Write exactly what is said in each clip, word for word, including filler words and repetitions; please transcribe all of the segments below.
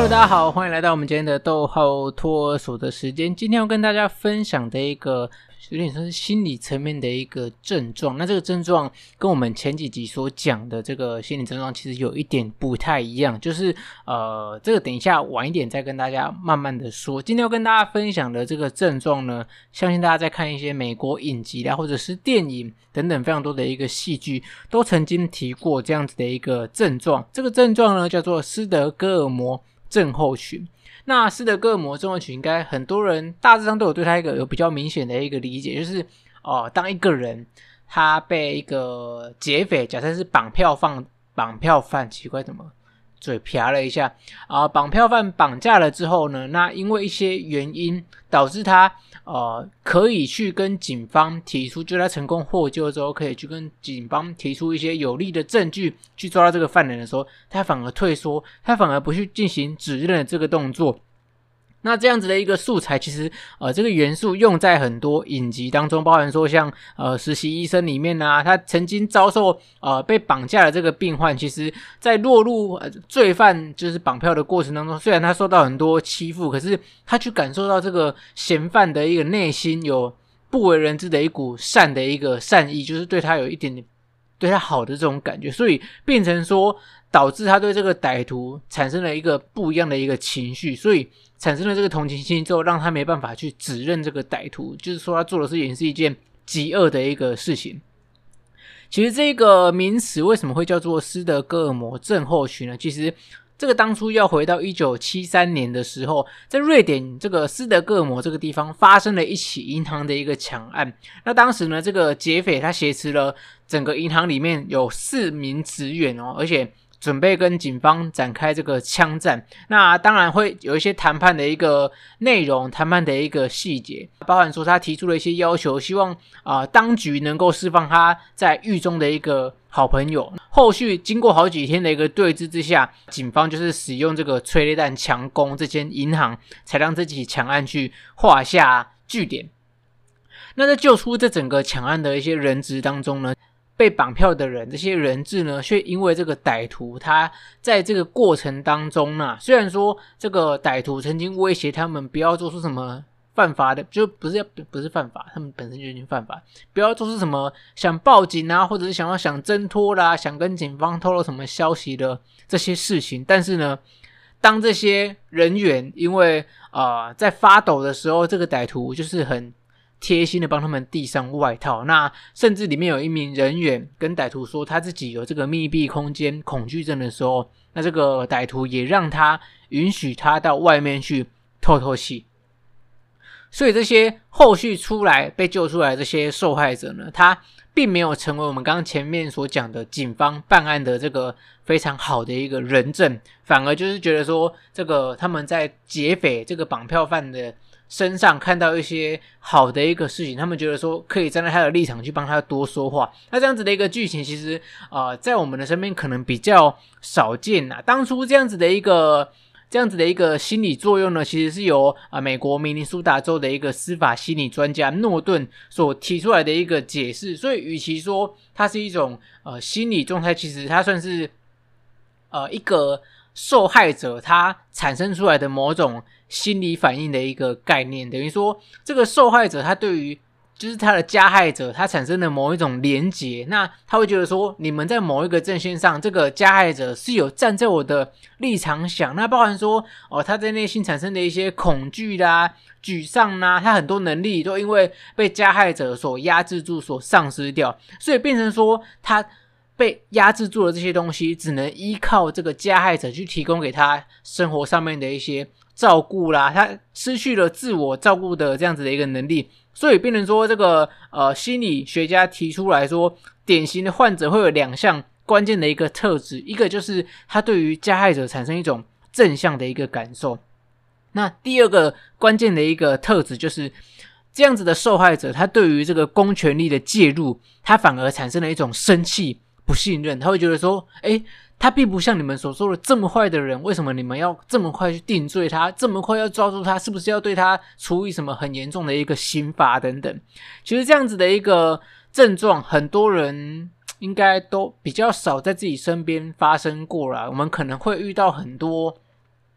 大家好，欢迎来到我们今天的逗号托儿所的时间。今天要跟大家分享的一个有点像是心理层面的一个症状，那这个症状跟我们前几集所讲的这个心理症状其实有一点不太一样，就是呃，这个等一下晚一点再跟大家慢慢的说。今天要跟大家分享的这个症状呢，相信大家在看一些美国影集啦，或者是电影等等非常多的一个戏剧，都曾经提过这样子的一个症状。这个症状呢叫做斯德哥尔摩症候群。那斯德哥尔摩症候群应该很多人大致上都有对他一个有比较明显的一个理解，就是呃，当一个人他被一个劫匪，假设是绑票犯绑票犯奇怪怎么嘴啪了一下啊、呃，绑票犯绑架了之后呢，那因为一些原因导致他呃可以去跟警方提出，就他成功获救之后可以去跟警方提出一些有力的证据去抓到这个犯人的时候，他反而退缩，他反而不去进行指认的这个动作。那这样子的一个素材，其实呃这个元素用在很多影集当中，包含说像呃实习医生里面啊，他曾经遭受呃被绑架的这个病患，其实在落入、呃、罪犯就是绑票的过程当中，虽然他受到很多欺负，可是他去感受到这个嫌犯的一个内心有不为人知的一股善的一个善意，就是对他有一点点对他好的这种感觉，所以变成说导致他对这个歹徒产生了一个不一样的一个情绪，所以产生了这个同情心之后，让他没办法去指认这个歹徒，就是说他做的事情是一件极恶的一个事情。其实这个名词为什么会叫做斯德哥尔摩症候群呢？其实这个当初要回到一九七三年的时候，在瑞典这个斯德哥尔摩这个地方发生了一起银行的一个抢案。那当时呢，这个劫匪他挟持了整个银行里面有四名职员哦，而且准备跟警方展开这个枪战。那当然会有一些谈判的一个内容，谈判的一个细节，包含说他提出了一些要求，希望啊、呃、当局能够释放他在狱中的一个好朋友。后续经过好几天的一个对峙之下，警方就是使用这个催泪弹强攻这间银行，才让这起抢案去画下句点。那在救出这整个抢案的一些人质当中呢，被绑票的人，这些人质呢，却因为这个歹徒他在这个过程当中呢，虽然说这个歹徒曾经威胁他们不要做出什么犯法的，就不是不是犯法，他们本身就已经犯法，不要做出什么想报警啊，或者是想要想挣脱啦，想跟警方透露什么消息的这些事情。但是呢，当这些人员因为呃在发抖的时候，这个歹徒就是很贴心的帮他们递上外套，那甚至里面有一名人员跟歹徒说他自己有这个密闭空间恐惧症的时候，那这个歹徒也让他允许他到外面去透透气。所以这些后续出来被救出来的这些受害者呢，他并没有成为我们刚刚前面所讲的警方办案的这个非常好的一个人证，反而就是觉得说这个他们在劫匪这个绑票犯的身上看到一些好的一个事情，他们觉得说可以站在他的立场去帮他多说话。那这样子的一个剧情其实呃在我们的身边可能比较少见啊。当初这样子的一个这样子的一个心理作用呢，其实是由呃美国明尼苏达州的一个司法心理专家诺顿所提出来的一个解释。所以与其说它是一种呃心理状态，其实它算是呃一个受害者他产生出来的某种心理反应的一个概念，等于说这个受害者他对于就是他的加害者他产生的某一种连结，那他会觉得说你们在某一个阵线上，这个加害者是有站在我的立场想，那包含说哦他在内心产生的一些恐惧啦、沮丧啦，他很多能力都因为被加害者所压制住所丧失掉，所以变成说他被压制住的这些东西只能依靠这个加害者去提供给他生活上面的一些照顾啦，他失去了自我照顾的这样子的一个能力。所以变成说这个呃心理学家提出来说，典型的患者会有两项关键的一个特质，一个就是他对于加害者产生一种正向的一个感受，那第二个关键的一个特质就是这样子的受害者他对于这个公权力的介入，他反而产生了一种生气不信任，他会觉得说诶他并不像你们所说的这么坏的人，为什么你们要这么快去定罪他，这么快要抓住他，是不是要对他处以什么很严重的一个刑罚等等。其实这样子的一个症状很多人应该都比较少在自己身边发生过啦，我们可能会遇到很多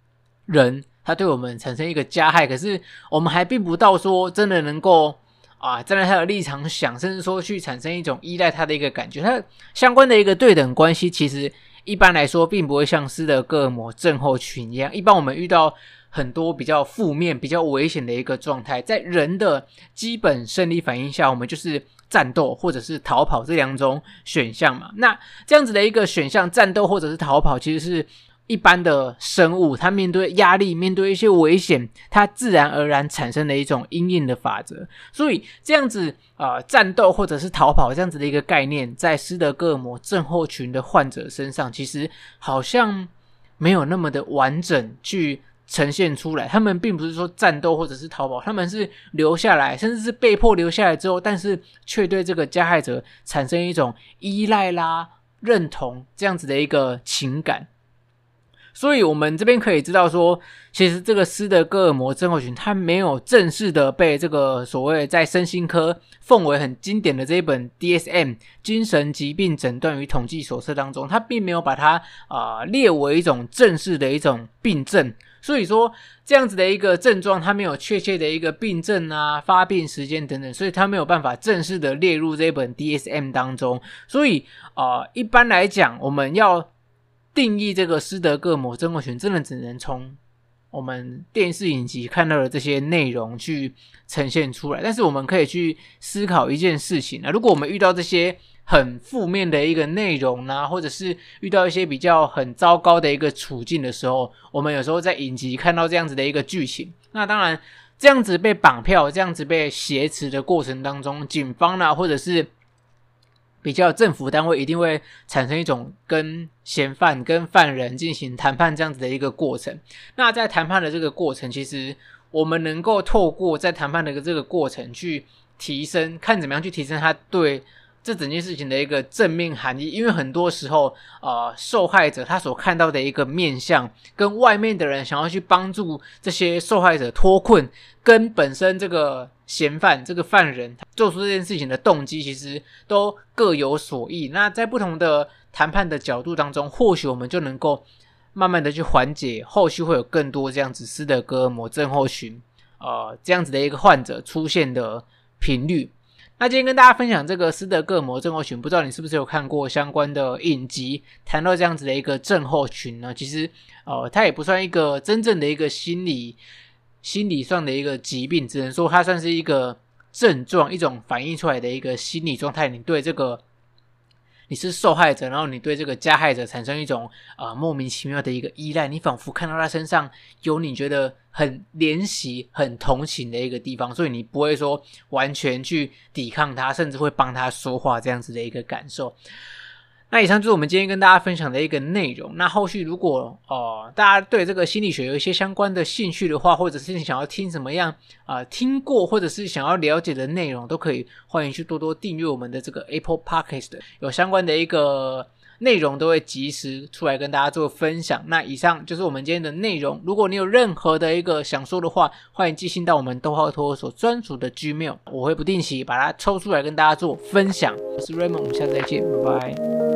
人他对我们产生一个加害，可是我们还并不到说真的能够啊站在他的立场想，甚至说去产生一种依赖他的一个感觉。他相关的一个对等关系，其实一般来说并不会像斯德哥尔摩症候群一样。一般我们遇到很多比较负面、比较危险的一个状态，在人的基本生理反应下，我们就是战斗或者是逃跑这两种选项嘛。那这样子的一个选项，战斗或者是逃跑，其实是一般的生物，它面对压力、面对一些危险，它自然而然产生的一种因应的法则。所以这样子呃，战斗或者是逃跑这样子的一个概念，在斯德哥尔摩症候群的患者身上，其实好像没有那么的完整去呈现出来。他们并不是说战斗或者是逃跑，他们是留下来，甚至是被迫留下来之后，但是却对这个加害者产生一种依赖啦、认同这样子的一个情感。所以我们这边可以知道说，其实这个斯德哥尔摩症候群它没有正式的被这个所谓在身心科奉为很经典的这一本 D S M 精神疾病诊断与统计手册当中，它并没有把它、呃、列为一种正式的一种病症。所以说这样子的一个症状，它没有确切的一个病症啊、发病时间等等，所以它没有办法正式的列入这本 D S M 当中。所以呃，一般来讲，我们要定义这个斯德哥尔摩症候群，真的只能从我们电视影集看到的这些内容去呈现出来。但是我们可以去思考一件事情啊，如果我们遇到这些很负面的一个内容啊，或者是遇到一些比较很糟糕的一个处境的时候，我们有时候在影集看到这样子的一个剧情，那当然这样子被绑票、这样子被挟持的过程当中，警方啊，或者是比较政府单位一定会产生一种跟嫌犯跟犯人进行谈判这样子的一个过程。那在谈判的这个过程，其实我们能够透过在谈判的这个过程去提升，看怎么样去提升他对这整件事情的一个正面含义。因为很多时候呃，受害者他所看到的一个面向，跟外面的人想要去帮助这些受害者脱困，跟本身这个嫌犯这个犯人做出这件事情的动机其实都各有所异。那在不同的谈判的角度当中，或许我们就能够慢慢的去缓解后续会有更多这样子斯德哥尔摩症候群呃这样子的一个患者出现的频率。那今天跟大家分享这个斯德哥尔摩症候群，不知道你是不是有看过相关的影集谈到这样子的一个症候群呢？其实呃它也不算一个真正的一个心理心理上的一个疾病，只能说它算是一个症状，一种反映出来的一个心理状态。你对这个你是受害者，然后你对这个加害者产生一种呃莫名其妙的一个依赖，你仿佛看到他身上有你觉得很怜惜、很同情的一个地方，所以你不会说完全去抵抗他，甚至会帮他说话这样子的一个感受。那以上就是我们今天跟大家分享的一个内容。那后续如果呃大家对这个心理学有一些相关的兴趣的话，或者是你想要听什么样呃听过或者是想要了解的内容，都可以欢迎去多多订阅我们的这个 Apple Podcast， 有相关的一个内容都会及时出来跟大家做分享。那以上就是我们今天的内容。如果你有任何的一个想说的话，欢迎寄信到我们逗号托儿所专属的 Gmail， 我会不定期把它抽出来跟大家做分享。我是 Raymond， 我们下次再见，拜拜。